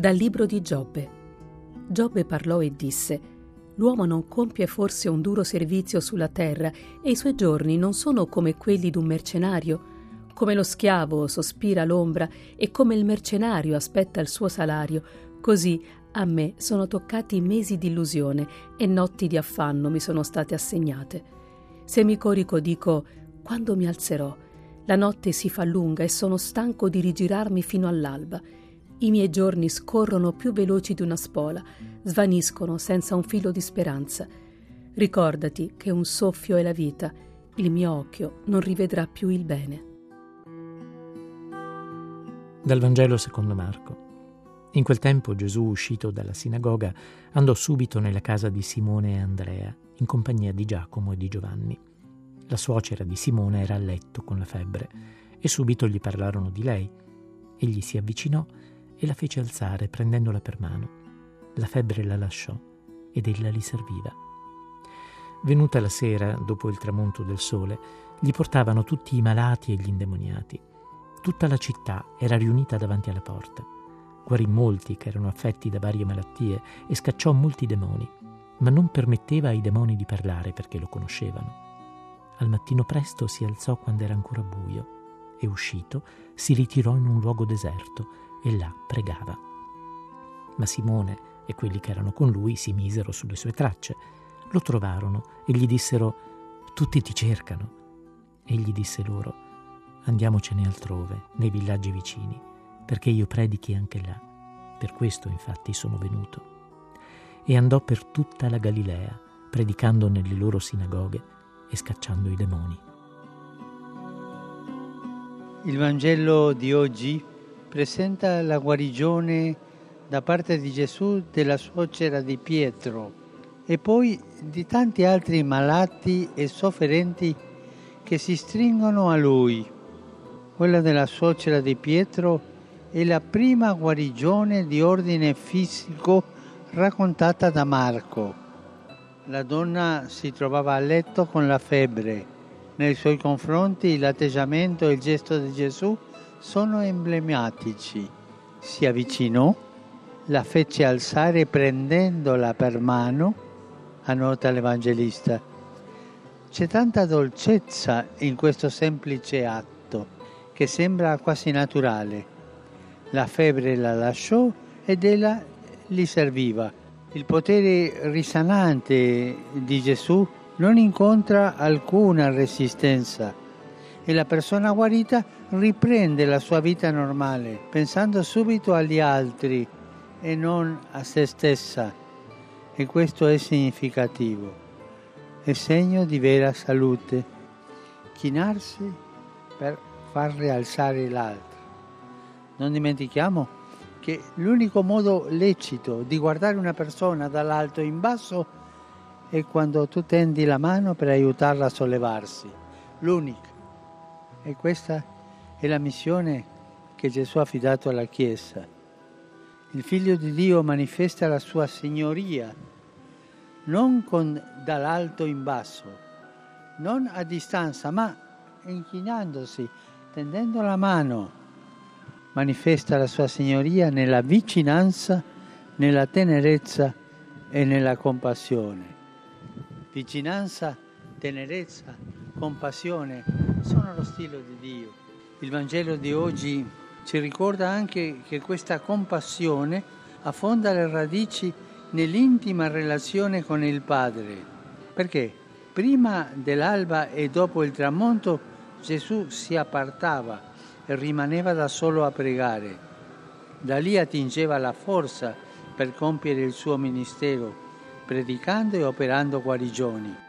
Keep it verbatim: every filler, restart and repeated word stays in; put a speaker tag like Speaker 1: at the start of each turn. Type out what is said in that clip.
Speaker 1: Dal libro di Giobbe. Giobbe parlò e disse: l'uomo non compie forse un duro servizio sulla terra e i suoi giorni non sono come quelli d'un mercenario? Come lo schiavo sospira l'ombra e come il mercenario aspetta il suo salario, così a me sono toccati mesi di illusione e notti di affanno mi sono state assegnate. Se mi corico dico: quando mi alzerò? La notte si fa lunga e sono stanco di rigirarmi fino all'alba. I miei giorni scorrono più veloci di una spola, svaniscono senza un filo di speranza. Ricordati che un soffio è la vita, il mio occhio non rivedrà più il bene.
Speaker 2: Dal Vangelo secondo Marco. In quel tempo Gesù, uscito dalla sinagoga, andò subito nella casa di Simone e Andrea, in compagnia di Giacomo e di Giovanni. La suocera di Simone era a letto con la febbre, e subito gli parlarono di lei. Egli si avvicinò e la fece alzare, prendendola per mano. La febbre la lasciò ed ella li serviva. Venuta la sera, dopo il tramonto del sole, gli portavano tutti i malati e gli indemoniati. Tutta la città era riunita davanti alla porta. Guarì molti che erano affetti da varie malattie e scacciò molti demoni, ma non permetteva ai demoni di parlare perché lo conoscevano. Al mattino presto si alzò quando era ancora buio e, uscito, si ritirò in un luogo deserto e là pregava. Ma Simone e quelli che erano con lui si misero sulle sue tracce. Lo trovarono e gli dissero: tutti ti cercano. Egli disse loro: andiamocene altrove, nei villaggi vicini, perché io predichi anche là. Per questo infatti sono venuto. E andò per tutta la Galilea, predicando nelle loro sinagoghe e scacciando i demoni.
Speaker 3: Il Vangelo di oggi presenta la guarigione da parte di Gesù della suocera di Pietro e poi di tanti altri malati e sofferenti che si stringono a lui. Quella della suocera di Pietro è la prima guarigione di ordine fisico raccontata da Marco. La donna si trovava a letto con la febbre. Nei suoi confronti l'atteggiamento e il gesto di Gesù sono emblematici. Si avvicinò, la fece alzare prendendola per mano, annota l'Evangelista. C'è tanta dolcezza in questo semplice atto, che sembra quasi naturale. La febbre la lasciò ed ella gli serviva. Il potere risanante di Gesù non incontra alcuna resistenza e la persona guarita riprende la sua vita normale, pensando subito agli altri e non a se stessa. E questo è significativo, è segno di vera salute. Chinarsi per far rialzare l'altro. Non dimentichiamo che l'unico modo lecito di guardare una persona dall'alto in basso è quando tu tendi la mano per aiutarla a sollevarsi. L'unica. E questa è la missione che Gesù ha affidato alla Chiesa. Il Figlio di Dio manifesta la sua signoria, non con, dall'alto in basso, non a distanza, ma inchinandosi, tendendo la mano. Manifesta la sua signoria nella vicinanza, nella tenerezza e nella compassione. Vicinanza, tenerezza, compassione sono lo stile di Dio. Il Vangelo di oggi ci ricorda anche che questa compassione affonda le radici nell'intima relazione con il Padre. Perché prima dell'alba e dopo il tramonto Gesù si appartava e rimaneva da solo a pregare. Da lì attingeva la forza per compiere il suo ministero, predicando e operando guarigioni.